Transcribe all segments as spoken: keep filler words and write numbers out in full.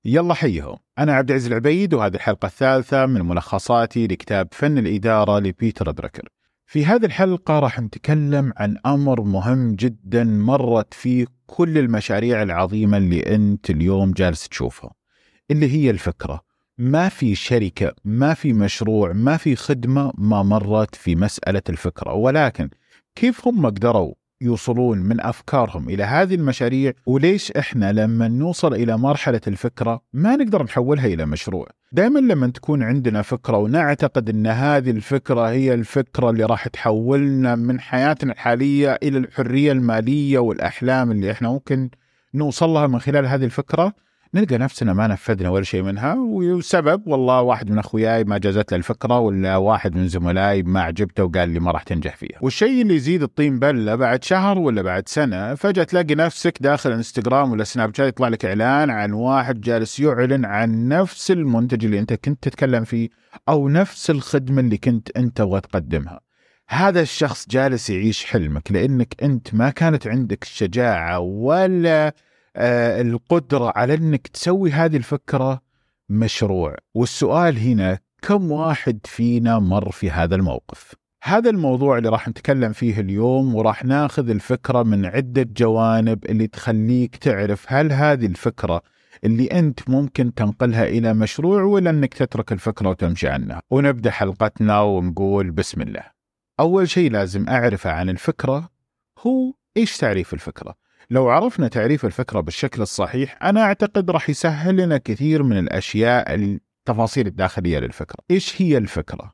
يلا حيهم، أنا عبد العزيز العبيد، وهذه الحلقة الثالثة من ملخصاتي لكتاب فن الإدارة لبيتر دركر. في هذه الحلقة راح نتكلم عن أمر مهم جدا مرت فيه كل المشاريع العظيمة اللي أنت اليوم جالس تشوفها، اللي هي الفكرة. ما في شركة، ما في مشروع، ما في خدمة ما مرت في مسألة الفكرة، ولكن كيف هم قدروا يوصلون من أفكارهم إلى هذه المشاريع، وليش إحنا لما نوصل إلى مرحلة الفكرة ما نقدر نحولها إلى مشروع. دائما لما تكون عندنا فكرة ونعتقد أن هذه الفكرة هي الفكرة اللي راح تحولنا من حياتنا الحالية إلى الحرية المالية والأحلام اللي إحنا ممكن نوصل لها من خلال هذه الفكرة، نلقى نفسنا ما نفذنا ولا شيء منها. والسبب والله واحد من أخوياي ما جازت له الفكرة، ولا واحد من زملائي ما عجبته وقال لي ما راح تنجح فيها. والشيء اللي يزيد الطين بلة، بعد شهر ولا بعد سنة فجأة تلاقي نفسك داخل انستغرام ولا سناب شات يطلع لك إعلان عن واحد جالس يعلن عن نفس المنتج اللي أنت كنت تتكلم فيه أو نفس الخدمة اللي كنت أنت تبغى تقدمها. هذا الشخص جالس يعيش حلمك لأنك أنت ما كانت عندك الشجاعة ولا آه القدرة على أنك تسوي هذه الفكرة مشروع. والسؤال هنا، كم واحد فينا مر في هذا الموقف؟ هذا الموضوع اللي راح نتكلم فيه اليوم، وراح ناخذ الفكرة من عدة جوانب اللي تخليك تعرف هل هذه الفكرة اللي أنت ممكن تنقلها إلى مشروع ولا أنك تترك الفكرة وتمشي عنها. ونبدأ حلقتنا ونقول بسم الله. أول شيء لازم أعرفه عن الفكرة هو إيش تعريف الفكرة. لو عرفنا تعريف الفكرة بالشكل الصحيح، أنا أعتقد راح يسهل لنا كثير من الأشياء، التفاصيل الداخلية للفكرة. إيش هي الفكرة؟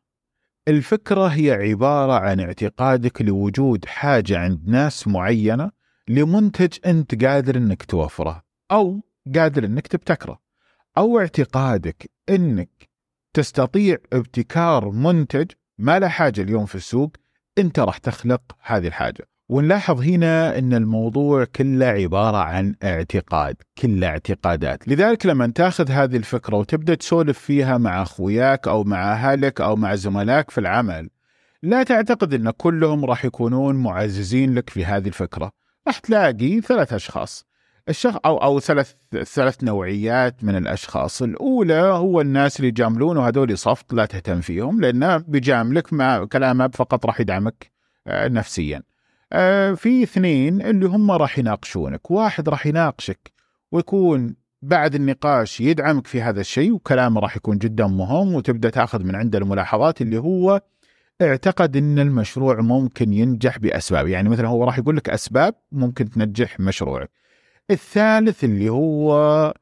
الفكرة هي عبارة عن اعتقادك لوجود حاجة عند ناس معينة لمنتج أنت قادر أنك توفره أو قادر أنك تبتكره، أو اعتقادك أنك تستطيع ابتكار منتج ما له حاجة اليوم في السوق، أنت راح تخلق هذه الحاجة. ونلاحظ هنا أن الموضوع كله عبارة عن اعتقاد، كله اعتقادات. لذلك لما تاخذ هذه الفكرة وتبدأ تسولف فيها مع أخوياك أو مع أهلك أو مع زملائك في العمل، لا تعتقد أن كلهم راح يكونون معززين لك في هذه الفكرة. راح تلاقي ثلاث أشخاص الشخص أو أو ثلاث ثلاث نوعيات من الأشخاص. الأولى هو الناس اللي يجاملون، وهذول صفت لا تهتم فيهم، لأنه بيجاملك مع كلامه فقط راح يدعمك نفسيا. آه في اثنين اللي هم راح يناقشونك. واحد راح يناقشك ويكون بعد النقاش يدعمك في هذا الشيء وكلامه راح يكون جدا مهم، وتبدأ تأخذ من عنده الملاحظات اللي هو اعتقد ان المشروع ممكن ينجح بأسباب. يعني مثلا هو راح يقول لك أسباب ممكن تنجح مشروعك. الثالث اللي هو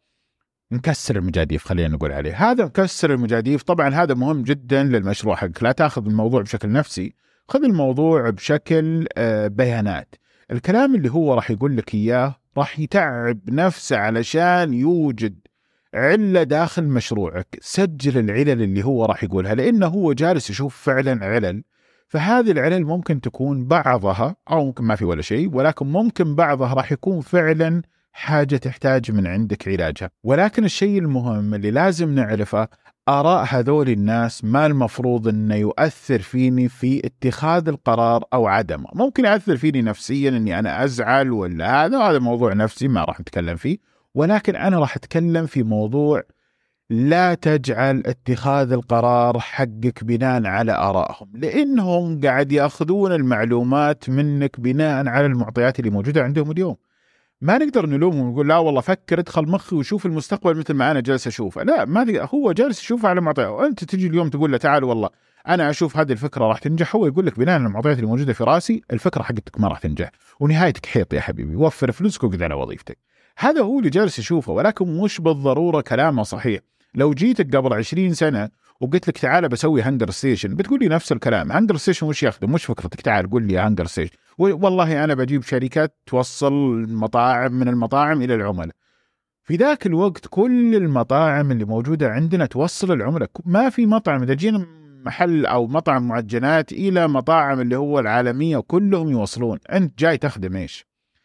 مكسر المجاديف، خلينا نقول عليه هذا مكسر المجاديف. طبعا هذا مهم جدا للمشروع حقك. لا تأخذ الموضوع بشكل نفسي، خذ الموضوع بشكل بيانات. الكلام اللي هو راح يقول لك إياه راح يتعب نفسه علشان يوجد علة داخل مشروعك. سجل العلل اللي هو راح يقولها، لأنه هو جالس يشوف فعلا علل. فهذه العلل ممكن تكون بعضها أو ممكن ما في ولا شيء، ولكن ممكن بعضها راح يكون فعلا حاجة تحتاج من عندك علاجها. ولكن الشيء المهم اللي لازم نعرفه، آراء هذول الناس ما المفروض أنه يؤثر فيني في اتخاذ القرار أو عدمه. ممكن يؤثر فيني نفسيا أني أنا أزعل ولا هذا هذا موضوع نفسي ما راح نتكلم فيه، ولكن أنا راح أتكلم في موضوع لا تجعل اتخاذ القرار حقك بناء على آرائهم، لأنهم قاعد يأخذون المعلومات منك بناء على المعطيات اللي موجودة عندهم اليوم. ما نقدر نلومهم ونقول لا والله فكر ادخل مخي وشوف المستقبل مثل ما أنا جالس أشوفه. لا، ما هو جالس يشوفه على معطيات، وأنت تجي اليوم تقول له تعال والله أنا أشوف هذه الفكرة راح تنجح، هو يقول لك بناء على المعطيات اللي موجودة في راسي الفكرة حقتك ما راح تنجح، ونهايتك حيط يا حبيبي، وفر فلوسك وقعد على وظيفتك. هذا هو اللي جالس يشوفه، ولكن مش بالضرورة كلامه صحيح. لو جيتك قبل عشرين سنة وقلت لك تعال بسوي هانجر ستيشن، بتقول لي نفس الكلام. هانجر ستيشن وش يخدم؟ مش فكرتك تعال قول لي هانجر ستيشن. والله أنا بجيب شركات توصل مطاعم من المطاعم إلى العملاء. في ذاك الوقت كل المطاعم اللي موجودة عندنا توصل العملاء. ما في مطعم إذا جينا محل أو مطعم معجنات إلى مطاعم اللي هو العالمية كلهم يوصلون. أنت جاي تخدم إيش؟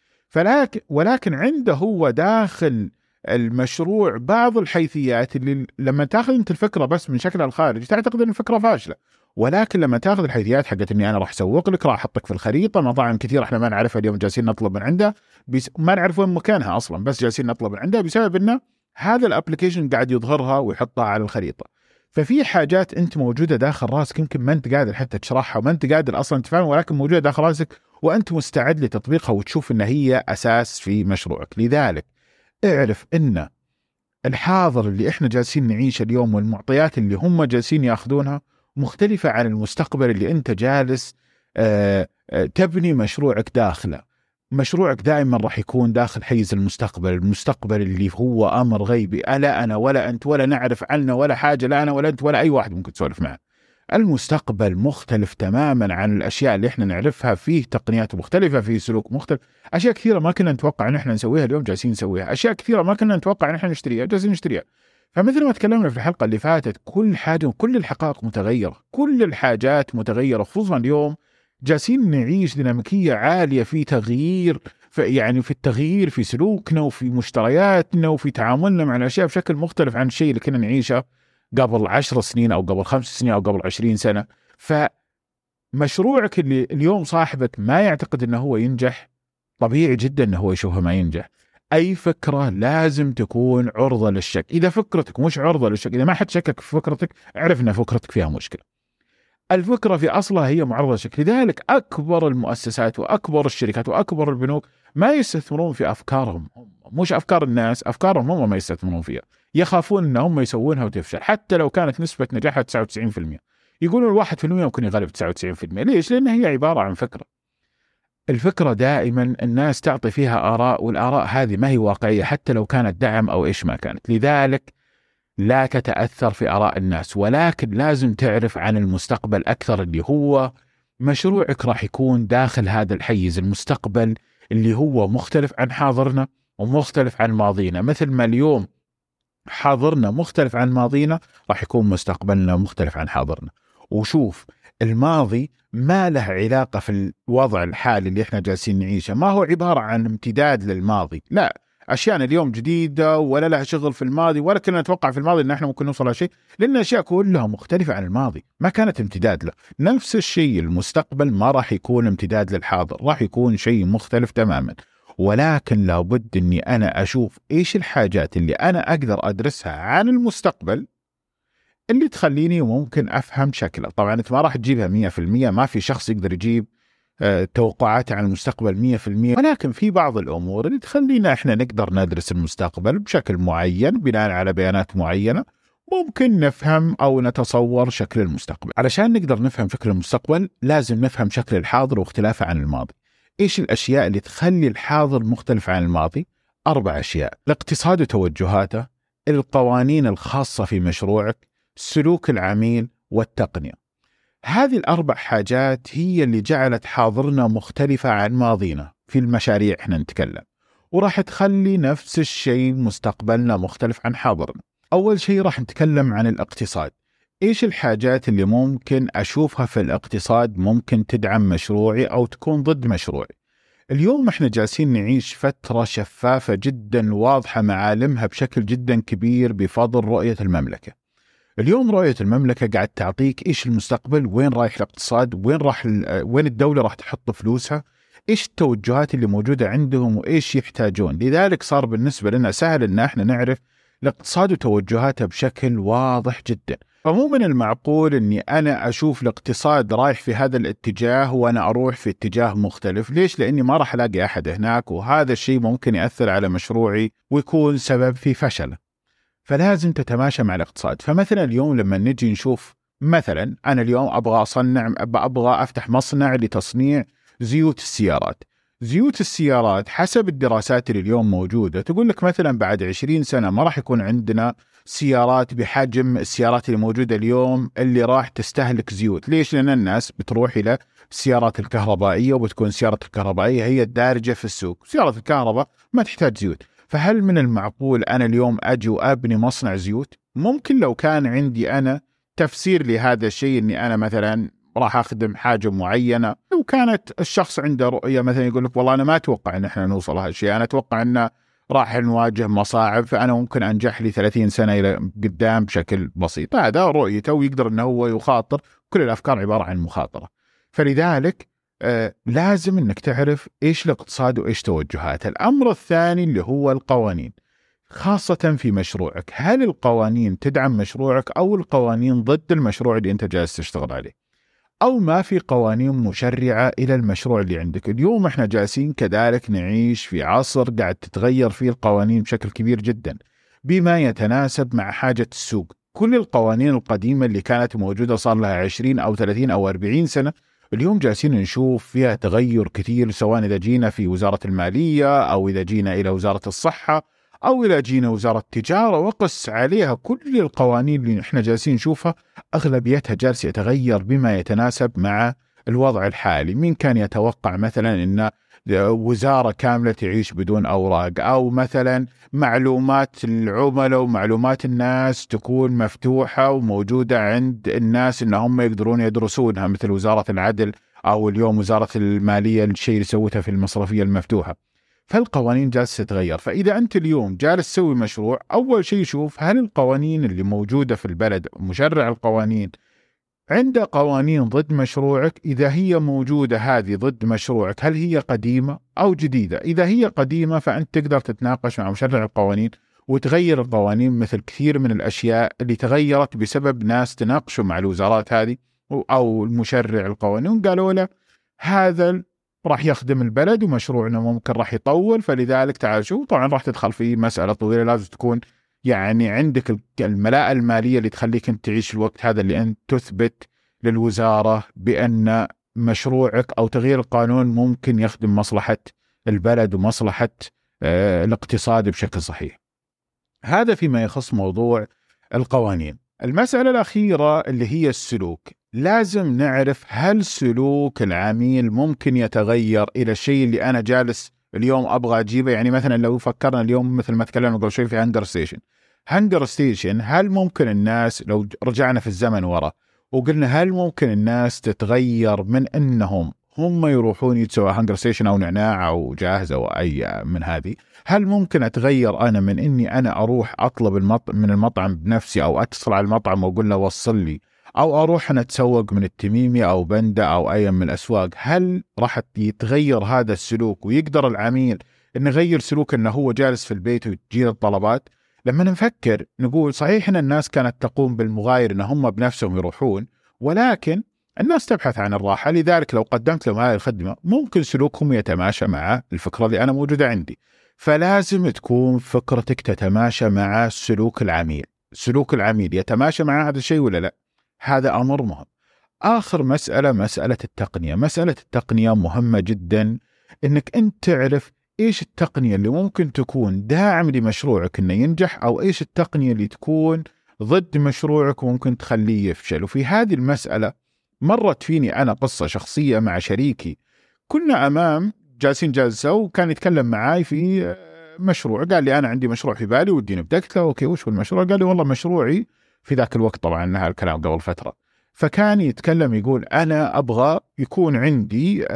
فلكن ولكن عنده هو داخل المشروع بعض الحيثيات اللي لما تاخذ انت الفكره بس من شكلها الخارجي تعتقد ان الفكره فاشله، ولكن لما تاخذ الحيثيات حقت اني انا راح اسوق لك، راح احطك في الخريطه، مطاعم كثير احنا ما نعرفها اليوم جالسين نطلب من عنده، بس ما نعرف وين مكانها اصلا، بس جالسين نطلب من عنده بسبب انه هذا الابلكيشن قاعد يظهرها ويحطها على الخريطة. ففي حاجات انت موجودة داخل راسك يمكن ما انت قادر حتى تشرحها وما انت قادر اصلا تفهمها، ولكن موجودة داخل راسك وانت مستعد لتطبيقها وتشوف ان هي اساس في مشروعك. لذلك اعرف ان الحاضر اللي احنا جالسين نعيشه اليوم والمعطيات اللي هم جالسين ياخذونها مختلفة عن المستقبل اللي انت جالس آه آه تبني مشروعك داخله. مشروعك دائما راح يكون داخل حيز المستقبل، المستقبل اللي هو أمر غيبي، ألا أنا ولا أنت ولا نعرف عنه ولا حاجة، لا أنا ولا أنت ولا أي واحد ممكن تسولف معه. المستقبل مختلف تماما عن الأشياء اللي احنا نعرفها، فيه تقنيات مختلفة، فيه سلوك مختلف، أشياء كثيرة ما كنا نتوقع أن احنا نسويها اليوم جالسين نسويها، أشياء كثيرة ما كنا نتوقع أن احنا نشتريها جالسين نشتريها. فمثل ما تكلمنا في الحلقة اللي فاتت، كل حاجة وكل الحقائق متغيرة، كل الحاجات متغيرة، خصوصا اليوم جالسين نعيش ديناميكية عالية في تغيير، في يعني في التغيير في سلوكنا وفي مشترياتنا وفي تعاملنا مع الأشياء بشكل مختلف عن الشيء اللي كنا نعيشه قبل عشر سنين أو قبل خمس سنين أو قبل عشرين سنة. فمشروعك اللي اليوم صاحبك ما يعتقد أنه هو ينجح، طبيعي جدا أنه هو يشوفه ما ينجح. أي فكرة لازم تكون عرضة للشك. إذا فكرتك مش عرضة للشك، إذا ما حد شكك في فكرتك، اعرف أن فكرتك فيها مشكلة. الفكرة في أصلها هي معرضة للشك. لذلك أكبر المؤسسات وأكبر الشركات وأكبر البنوك ما يستثمرون في أفكارهم، مش أفكار الناس، أفكارهم هم ما يستثمرون فيها، يخافون أنهم يسوونها وتفشل حتى لو كانت نسبة نجاحها تسعة وتسعين بالمئة. يقولون الواحد في المئة ممكن يغلب تسعة وتسعين بالمئة. ليش؟ لأن هي عبارة عن فكرة. الفكرة دائما الناس تعطي فيها آراء، والآراء هذه ما هي واقعية حتى لو كانت دعم أو إيش ما كانت. لذلك لا تتأثر في آراء الناس، ولكن لازم تعرف عن المستقبل أكثر، اللي هو مشروعك راح يكون داخل هذا الحيز. المستقبل اللي هو مختلف عن حاضرنا ومختلف عن ماضينا. مثل ما اليوم حاضرنا مختلف عن ماضينا، راح يكون مستقبلنا مختلف عن حاضرنا. وشوف، الماضي ما له علاقة في الوضع الحالي اللي احنا جالسين نعيشه، ما هو عبارة عن امتداد للماضي، لا، أشياء اليوم جديدة ولا لها شغل في الماضي، ولا كنا نتوقع في الماضي إن احنا ممكن نوصل لشيء، لأن الأشياء كلها مختلفة عن الماضي، ما كانت امتداد له. نفس الشيء المستقبل ما راح يكون امتداد للحاضر، راح يكون شيء مختلف تماما. ولكن لابد أني أنا أشوف إيش الحاجات اللي أنا أقدر أدرسها عن المستقبل اللي تخليني ممكن أفهم شكله. طبعا أنت ما راح تجيبها مية في المية، ما في شخص يقدر يجيب توقعات عن المستقبل مية في المية، ولكن في بعض الأمور اللي تخلينا إحنا نقدر ندرس المستقبل بشكل معين بناء على بيانات معينة، ممكن نفهم أو نتصور شكل المستقبل. علشان نقدر نفهم شكل المستقبل لازم نفهم شكل الحاضر واختلافه عن الماضي. إيش الأشياء اللي تخلي الحاضر مختلف عن الماضي؟ أربع أشياء: الاقتصاد وتوجهاته، القوانين الخاصة في مشروعك، سلوك العميل، والتقنية. هذه الأربع حاجات هي اللي جعلت حاضرنا مختلفة عن ماضينا في المشاريع احنا نتكلم، وراح تخلي نفس الشيء مستقبلنا مختلف عن حاضرنا. أول شيء راح نتكلم عن الاقتصاد. إيش الحاجات اللي ممكن أشوفها في الاقتصاد ممكن تدعم مشروعي أو تكون ضد مشروعي؟ اليوم احنا جالسين نعيش فترة شفافة جدا واضحة معالمها بشكل جدا كبير بفضل رؤية المملكة. اليوم رؤية المملكة قاعد تعطيك إيش المستقبل، وين رايح الاقتصاد، وين راح وين الدولة راح تحط فلوسها، إيش التوجهات اللي موجودة عندهم وإيش يحتاجون. لذلك صار بالنسبة لنا سهل إن احنا نعرف الاقتصاد وتوجهاته بشكل واضح جدا. فمو من المعقول إني أنا أشوف الاقتصاد رايح في هذا الاتجاه وأنا أروح في اتجاه مختلف. ليش؟ لأني ما راح ألاقي أحد هناك، وهذا الشيء ممكن يأثر على مشروعي ويكون سبب في فشله. فلازم تتماشى مع الاقتصاد. فمثلا اليوم لما نجي نشوف، مثلا أنا اليوم أبغى أصنع أبغى أفتح مصنع لتصنيع زيوت السيارات. زيوت السيارات حسب الدراسات اللي اليوم موجودة تقول لك مثلا بعد عشرين سنة ما راح يكون عندنا سيارات بحجم السيارات اللي موجودة اليوم اللي راح تستهلك زيوت. ليش؟ لأن الناس بتروح إلى السيارات الكهربائية، وبتكون السيارات الكهربائية هي الدارجة في السوق. سيارة الكهرباء ما تحتاج زيوت. فهل من المعقول أنا اليوم أجي وأبني مصنع زيوت؟ ممكن لو كان عندي أنا تفسير لهذا الشيء إني أنا مثلا راح أخدم حاجة معينة، لو كانت الشخص عنده رؤية مثلا يقول لك والله أنا ما أتوقع إن إحنا نوصل هالشيء، أنا أتوقع إن راح نواجه مصاعب، فأنا ممكن أنجح لي ثلاثين سنة إلى قدام بشكل بسيط. هذا رؤيته ويقدر إنه هو يخاطر. كل الأفكار عبارة عن مخاطرة. فلذلك آه لازم إنك تعرف إيش الاقتصاد وإيش توجهاته. الأمر الثاني اللي هو القوانين. خاصة في مشروعك. هل القوانين تدعم مشروعك أو القوانين ضد المشروع اللي أنت جالس تشتغل عليه، أو ما في قوانين مشرعة إلى المشروع اللي عندك؟ اليوم إحنا جالسين كذلك نعيش في عصر قاعد تتغير فيه القوانين بشكل كبير جدا بما يتناسب مع حاجة السوق. كل القوانين القديمة اللي كانت موجودة صار لها عشرين أو ثلاثين أو أربعين سنة اليوم جالسين نشوف فيها تغير كثير، سواء إذا جينا في وزارة المالية أو إذا جينا إلى وزارة الصحة أو إذا جينا وزارة التجارة، وقس عليها كل القوانين اللي إحنا جالسين نشوفها أغلبيتها جالس يتغير بما يتناسب مع الوضع الحالي. مين كان يتوقع مثلا إن وزارة كاملة تعيش بدون أوراق، أو مثلا معلومات العملاء ومعلومات الناس تكون مفتوحة وموجودة عند الناس إن هم يقدرون يدرسونها، مثل وزارة العدل أو اليوم وزارة المالية الشيء اللي سوتها في المصرفية المفتوحة. فالقوانين جالسة تتغير. فإذا أنت اليوم جالس تسوي مشروع، أول شيء شوف هل القوانين اللي موجودة في البلد، مشرع القوانين عنده قوانين ضد مشروعك. إذا هي موجودة هذه ضد مشروعك، هل هي قديمة أو جديدة؟ إذا هي قديمة فأنت تقدر تتناقش مع مشرع القوانين وتغير القوانين، مثل كثير من الأشياء اللي تغيرت بسبب ناس تناقشوا مع الوزارات هذه أو المشرع القوانين قالوا له هذا راح يخدم البلد ومشروعنا ممكن راح يطول، فلذلك تعال شو. طبعا راح تدخل في مسألة طويلة، لازم تكون يعني عندك الملاءة المالية اللي تخليك انت تعيش الوقت هذا اللي انت تثبت للوزارة بأن مشروعك أو تغيير القانون ممكن يخدم مصلحة البلد ومصلحة آه الاقتصاد بشكل صحيح. هذا فيما يخص موضوع القوانين. المسألة الأخيرة اللي هي السلوك. لازم نعرف هل سلوك العميل ممكن يتغير إلى الشيء اللي أنا جالس اليوم أبغى أجيبه. يعني مثلا لو فكرنا اليوم مثل ما تكلمنا قبل شوي في هانجر ستيشن، هانجر ستيشن هل ممكن الناس لو رجعنا في الزمن ورا وقلنا هل ممكن الناس تتغير من أنهم هم يروحون يتسوى هانجر ستيشن أو نعناع أو جاهزة أو أي من هذه، هل ممكن أتغير أنا من أني أنا أروح أطلب المط... من المطعم بنفسي أو أتصل على المطعم وأقول له وصل لي، أو أروح أنا أتسوق من التميمي أو بندا أو أي من الأسواق؟ هل راح يتغير هذا السلوك ويقدر العميل إنه يغير سلوك إنه هو جالس في البيت وتجيله الطلبات؟ لما نفكر نقول صحيح إن الناس كانت تقوم بالمغاير إن هم بنفسهم يروحون، ولكن الناس تبحث عن الراحة. لذلك لو قدمت لهم هذه الخدمة ممكن سلوكهم يتماشى مع الفكرة اللي أنا موجودة عندي. فلازم تكون فكرتك تتماشى مع سلوك العميل. سلوك العميل يتماشى مع هذا الشيء ولا لا؟ هذا أمر مهم. آخر مسألة مسألة التقنية. مسألة التقنية مهمة جدا، إنك أنت تعرف إيش التقنية اللي ممكن تكون داعم لمشروعك إنه ينجح، أو إيش التقنية اللي تكون ضد مشروعك وممكن تخليه يفشل. وفي هذه المسألة مرت فيني أنا قصة شخصية مع شريكي. كنا أمام جالسين جلسة وكان يتكلم معاي في مشروع، قال لي أنا عندي مشروع في بالي ودي نبدأت له. أوكي وش هو المشروع؟ قال لي والله مشروعي في ذاك الوقت، طبعا هذا الكلام قبل فترة، فكان يتكلم يقول أنا أبغى يكون عندي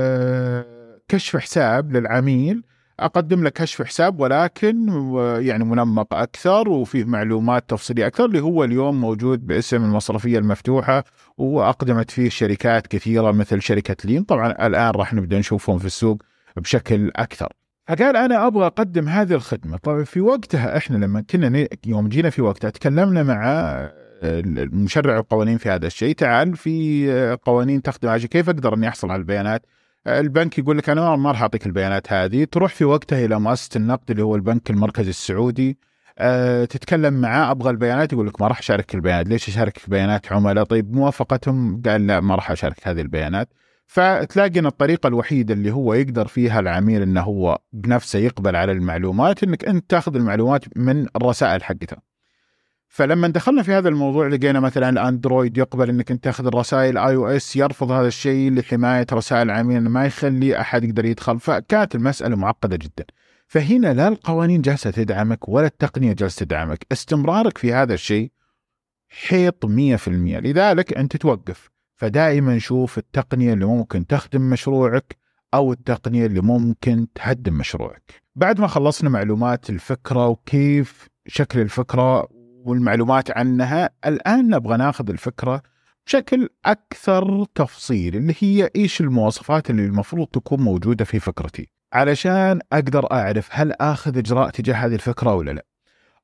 آه كشف حساب للعميل، أقدم لك كشف حساب ولكن يعني منمق أكثر وفيه معلومات تفصيلية أكثر، اللي هو اليوم موجود باسم المصرفية المفتوحة وأقدمت فيه شركات كثيرة مثل شركة لين. طبعا الآن راح نبدأ نشوفهم في السوق بشكل أكثر. فقال أنا أبغى أقدم هذه الخدمة. طبعا في وقتها إحنا لما كنا يوم جينا في وقتها تكلمنا مع المشرع القوانين في هذا الشيء، تعال في قوانين تخدم عشان كيف أقدر أني أحصل على البيانات. البنك يقول لك أنا ما راح أعطيك البيانات هذه. تروح في وقتها إلى مؤسسة النقد اللي هو البنك المركزي السعودي، أه تتكلم معاه أبغى البيانات، يقول لك ما راح أشارك البيانات. ليش أشارك بيانات عملاء؟ طيب موافقتهم؟ قال لا ما راح أشارك هذه البيانات. فتلاقي أن الطريقة الوحيدة اللي هو يقدر فيها العميل أنه هو بنفسه يقبل على المعلومات أنك أنت تأخذ المعلومات من الرسائل حقتها. فلما دخلنا في هذا الموضوع لقينا مثلا الاندرويد يقبل انك انت تاخذ الرسائل، اي او اس يرفض هذا الشيء لحمايه رسائل العميل، ما يخلي احد يقدر يدخل. فكانت المساله معقده جدا. فهنا لا القوانين جالسه تدعمك ولا التقنيه جالسه تدعمك، استمرارك في هذا الشيء حيط مية في المية. لذلك انت توقف. فدائما شوف التقنيه اللي ممكن تخدم مشروعك او التقنيه اللي ممكن تهدم مشروعك. بعد ما خلصنا معلومات الفكره وكيف شكل الفكره والمعلومات عنها، الآن نبغى ناخذ الفكرة بشكل أكثر تفصيل، اللي هي إيش المواصفات اللي المفروض تكون موجودة في فكرتي علشان أقدر أعرف هل أخذ إجراء تجاه هذه الفكرة ولا لا.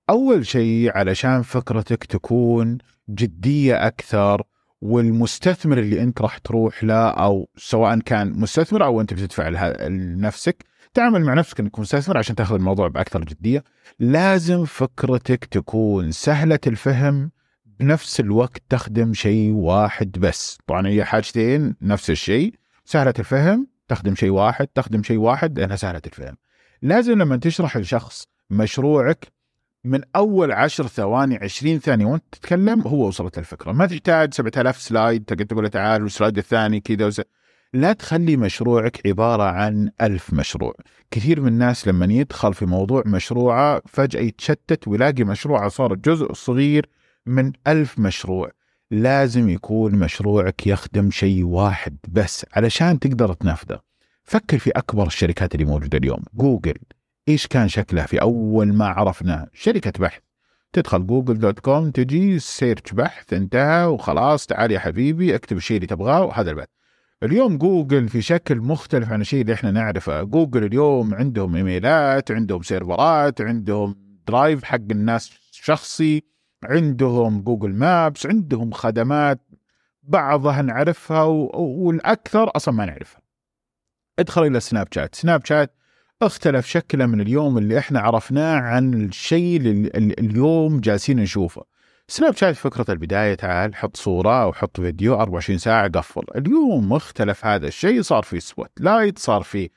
أول شيء علشان فكرتك تكون جدية أكثر، والمستثمر اللي أنت راح تروح له، أو سواء كان مستثمر أو أنت بتدفع لنفسك، تعمل مع نفسك أنك مستثمر عشان تأخذ الموضوع بأكثر جدية. لازم فكرتك تكون سهلة الفهم، بنفس الوقت تخدم شيء واحد بس. طبعا هي حاجتين نفس الشيء، سهلة الفهم، تخدم شيء واحد، تخدم شيء واحد لأنها سهلة الفهم. لازم لما تشرح لشخص مشروعك من أول عشر ثواني عشرين ثانية وانت تتكلم هو وصلت الفكرة. ما تحتاج سبعة آلاف سلايد تقدر تقول تعال والسلايد الثاني كذا وز... لا تخلي مشروعك عبارة عن ألف مشروع. كثير من الناس لما يدخل في موضوع مشروعه فجأة يتشتت ويلاقي مشروعه صار جزء صغير من ألف مشروع. لازم يكون مشروعك يخدم شيء واحد بس علشان تقدر تنفذه. فكر في أكبر الشركات اللي موجودة اليوم. جوجل إيش كان شكلها في أول ما عرفنا؟ شركة بحث. تدخل جوجل دوت كوم تجي سيرش بحث، انتهى وخلاص، تعال يا حبيبي اكتب الشيء اللي تبغاه وهذا البحث. اليوم جوجل في شكل مختلف عن الشيء اللي احنا نعرفه. جوجل اليوم عندهم ايميلات، عندهم سيرفرات، عندهم درايف حق الناس شخصي، عندهم جوجل مابس، عندهم خدمات بعضها نعرفها والأكثر أصلا ما نعرفها. ادخل إلى سناب شات. سناب شات اختلف شكله من اليوم اللي احنا عرفناه عن الشيء اللي اليوم جالسين نشوفه. سناب شات فكرة البداية تعال حط صورة أو حط فيديو أربعة وعشرين ساعة قفل. اليوم مختلف هذا الشيء، صار في سبوت لايت، صار في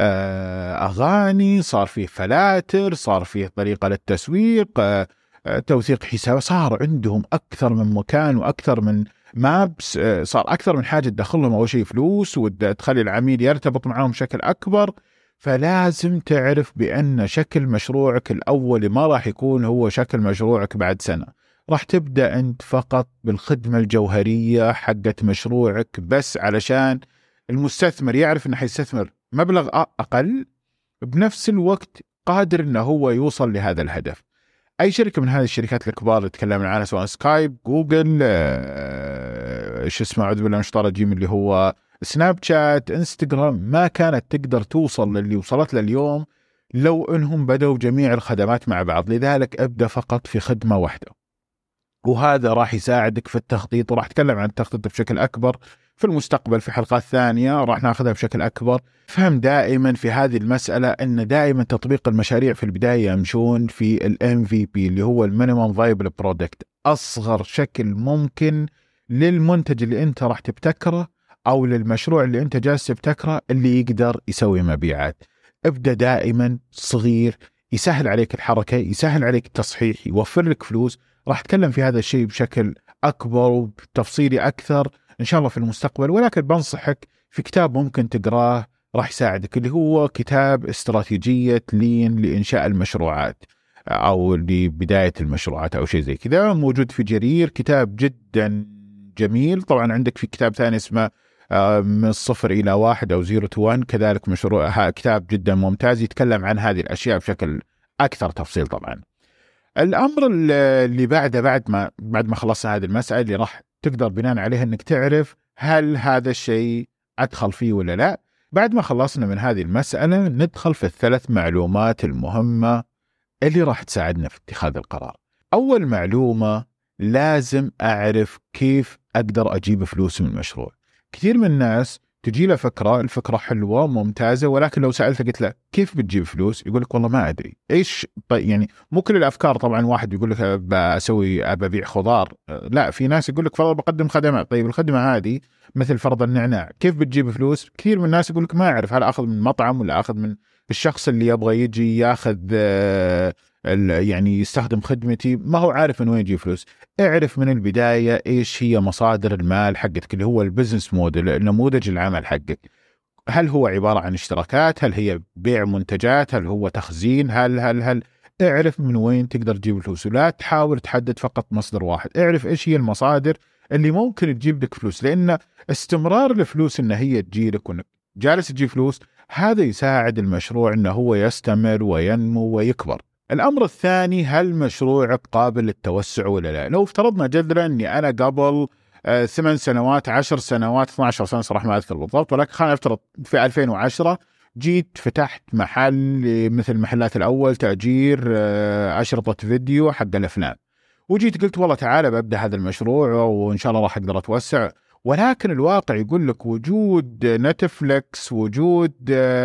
آه أغاني، صار في فلاتر، صار في طريقة للتسويق، آه توثيق حساب، صار عندهم أكثر من مكان وأكثر من مابس، آه صار أكثر من حاجة تدخلهم أول شيء فلوس وتخلي العميل يرتبط معهم بشكل أكبر. فلازم تعرف بأن شكل مشروعك الأول ما راح يكون هو شكل مشروعك بعد سنة. راح تبدأ أنت فقط بالخدمة الجوهرية حقت مشروعك بس علشان المستثمر يعرف أنه حيستثمر مبلغ أقل، بنفس الوقت قادر أنه هو يوصل لهذا الهدف. أي شركة من هذه الشركات الكبار اللي تكلمنا عنها سواء سكايب، جوجل، آه، شو اسمه عذب الله مشطارة جيم اللي هو سناب شات، انستغرام، ما كانت تقدر توصل للي وصلت لليوم لو انهم بدأوا جميع الخدمات مع بعض. لذلك ابدأ فقط في خدمة واحدة، وهذا راح يساعدك في التخطيط. وراح اتكلم عن التخطيط بشكل أكبر في المستقبل في حلقات ثانية، راح ناخذها بشكل أكبر. فهم دائما في هذه المسألة أن دائما تطبيق المشاريع في البداية يمشون في ال إم في بي اللي هو المينيمم فايبل برودكت، أصغر شكل ممكن للمنتج اللي أنت راح تبتكره أو للمشروع اللي أنت جالس تبتكره اللي يقدر يسوي مبيعات. ابدأ دائما صغير، يسهل عليك الحركة، يسهل عليك التصحيح، يوفر لك فلوس. راح أتكلم في هذا الشيء بشكل أكبر وبتفصيلي أكثر إن شاء الله في المستقبل، ولكن بنصحك في كتاب ممكن تقراه راح يساعدك، اللي هو كتاب استراتيجية لين لإنشاء المشروعات أو لبداية المشروعات أو شيء زي كذا، موجود في جرير. كتاب جدا جميل. طبعا عندك في كتاب ثاني اسمه من الصفر إلى واحد أو زيرو تو وان، كذلك مشروع كتاب جدا ممتاز يتكلم عن هذه الأشياء بشكل أكثر تفصيل. طبعا الأمر اللي بعده بعد ما بعد ما خلصنا هذه المسألة اللي راح تقدر بناء عليها أنك تعرف هل هذا الشيء أدخل فيه ولا لا. بعد ما خلصنا من هذه المسألة ندخل في الثلاث معلومات المهمة اللي راح تساعدنا في اتخاذ القرار. أول معلومة، لازم أعرف كيف أقدر أجيب فلوس من المشروع. كثير من الناس تجي له فكرة، الفكرة حلوة ممتازة، ولكن لو سألته قلت له كيف بتجيب فلوس يقول لك والله ما أدري إيش. طيب يعني مو كل الأفكار طبعا واحد يقول لك بسوي أبيع خضار، لا، في ناس يقول لك فرض بقدم خدمات. طيب الخدمة هذه مثل فرض النعناع كيف بتجيب فلوس؟ كثير من الناس يقول لك ما أعرف، هل أخذ من مطعم ولا أخذ من الشخص اللي يبغى يجي ياخذ يعني يستخدم خدمتي، ما هو عارف من وين يجي فلوس. اعرف من البداية ايش هي مصادر المال حقتك اللي هو البزنس موديل، نموذج العمل حقك. هل هو عبارة عن اشتراكات؟ هل هي بيع منتجات؟ هل هو تخزين؟ هل هل هل اعرف من وين تقدر تجيب الفلوس، ولا تحاول تحدد فقط مصدر واحد. اعرف ايش هي المصادر اللي ممكن تجيب لك فلوس، لان استمرار الفلوس ان هي تجيلك وانك جالس تجيب فلوس هذا يساعد المشروع انه هو يستمر وينمو ويكبر. الأمر الثاني، هل مشروعك قابل للتوسع ولا لا؟ لو افترضنا جذرا أني أنا قبل آه ثمان سنوات عشر سنوات اثناشر سنة صراحة ما أذكر بالضبط، ولكن خلينا نفترض في ألفين وعشرة جيت فتحت محل مثل محلات الأول تأجير أشرطة فيديو حق الأفلام، وجيت قلت والله تعالى ببدأ هذا المشروع وإن شاء الله راح أقدر أتوسع. ولكن الواقع يقول لك وجود نتفليكس، وجود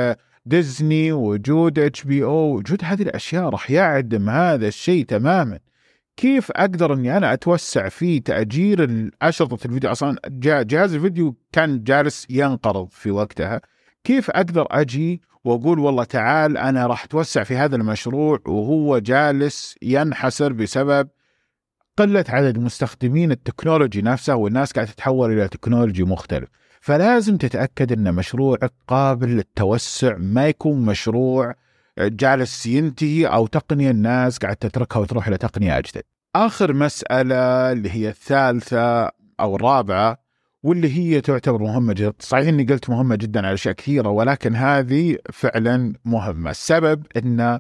ديزني، وجود اتش بي او، وجود هذه الأشياء راح يعدم هذا الشيء تماما. كيف أقدر أني أنا أتوسع في تأجير الأشرطة الفيديو؟ أصلا جهاز الفيديو كان جالس ينقرض في وقتها. كيف أقدر أجي وأقول والله تعال أنا راح أتوسع في هذا المشروع وهو جالس ينحسر بسبب قلة عدد مستخدمين التكنولوجي نفسه، والناس قاعدة تتحول إلى تكنولوجي مختلف. فلازم تتأكد أن مشروعك قابل للتوسع، ما يكون مشروع جالس ينتهي أو تقنية الناس قاعدة تتركها وتروح إلى تقنية أجدد. آخر مسألة اللي هي الثالثة أو الرابعة، واللي هي تعتبر مهمة جدا. صحيح أني قلت مهمة جدا على أشياء كثيرة، ولكن هذه فعلا مهمة. السبب أن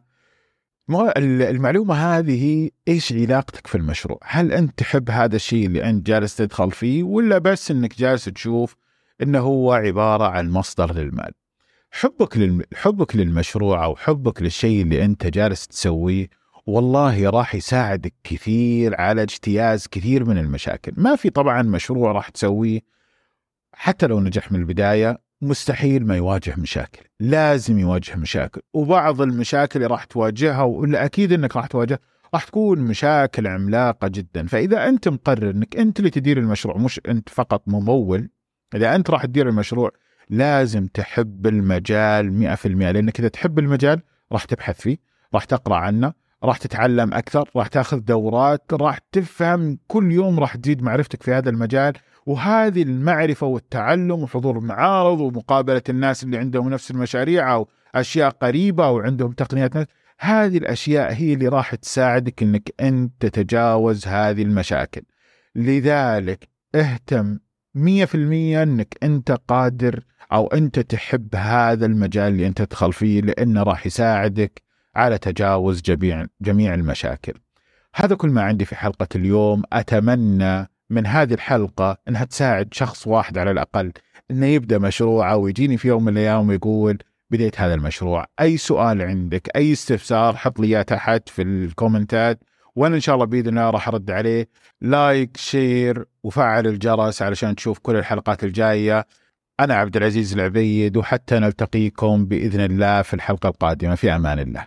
المعلومة هذه إيش علاقتك في المشروع؟ هل أنت تحب هذا الشيء اللي أنت جالس تدخل فيه، ولا بس أنك جالس تشوف أنه هو عبارة عن مصدر للمال؟ حبك للم... حبك للمشروع أو حبك للشيء اللي أنت جالس تسويه والله راح يساعدك كثير على اجتياز كثير من المشاكل. ما في طبعا مشروع راح تسويه حتى لو نجح من البداية مستحيل ما يواجه مشاكل، لازم يواجه مشاكل. وبعض المشاكل اللي راح تواجهها ولا أكيد أنك راح تواجه راح تكون مشاكل عملاقة جدا. فإذا أنت مقرر أنك أنت اللي تدير المشروع، مش أنت فقط ممول، إذا أنت راح تدير المشروع لازم تحب المجال مئة في المئة. لأنك إذا تحب المجال راح تبحث فيه، راح تقرأ عنه، راح تتعلم أكثر، راح تأخذ دورات، راح تفهم كل يوم، راح تزيد معرفتك في هذا المجال. وهذه المعرفة والتعلم وحضور المعارض ومقابلة الناس اللي عندهم نفس المشاريع أو أشياء قريبة وعندهم تقنيات نفس، هذه الأشياء هي اللي راح تساعدك أنك أنت تتجاوز هذه المشاكل. لذلك اهتم مية في المية أنك أنت قادر أو أنت تحب هذا المجال اللي أنت تدخل فيه، لأنه راح يساعدك على تجاوز جميع جميع المشاكل. هذا كل ما عندي في حلقة اليوم. أتمنى من هذه الحلقة أنها تساعد شخص واحد على الأقل أنه يبدأ مشروعه ويجيني في يوم من الأيام ويقول بديت هذا المشروع. أي سؤال عندك، أي استفسار، حط لي تحت في الكومنتات وأنا إن شاء الله بإذن الله راح أرد عليه. لايك، شير، وفعل الجرس علشان تشوف كل الحلقات الجاية. أنا عبد العزيز العبيد، وحتى نلتقيكم بإذن الله في الحلقة القادمة. في أمان الله.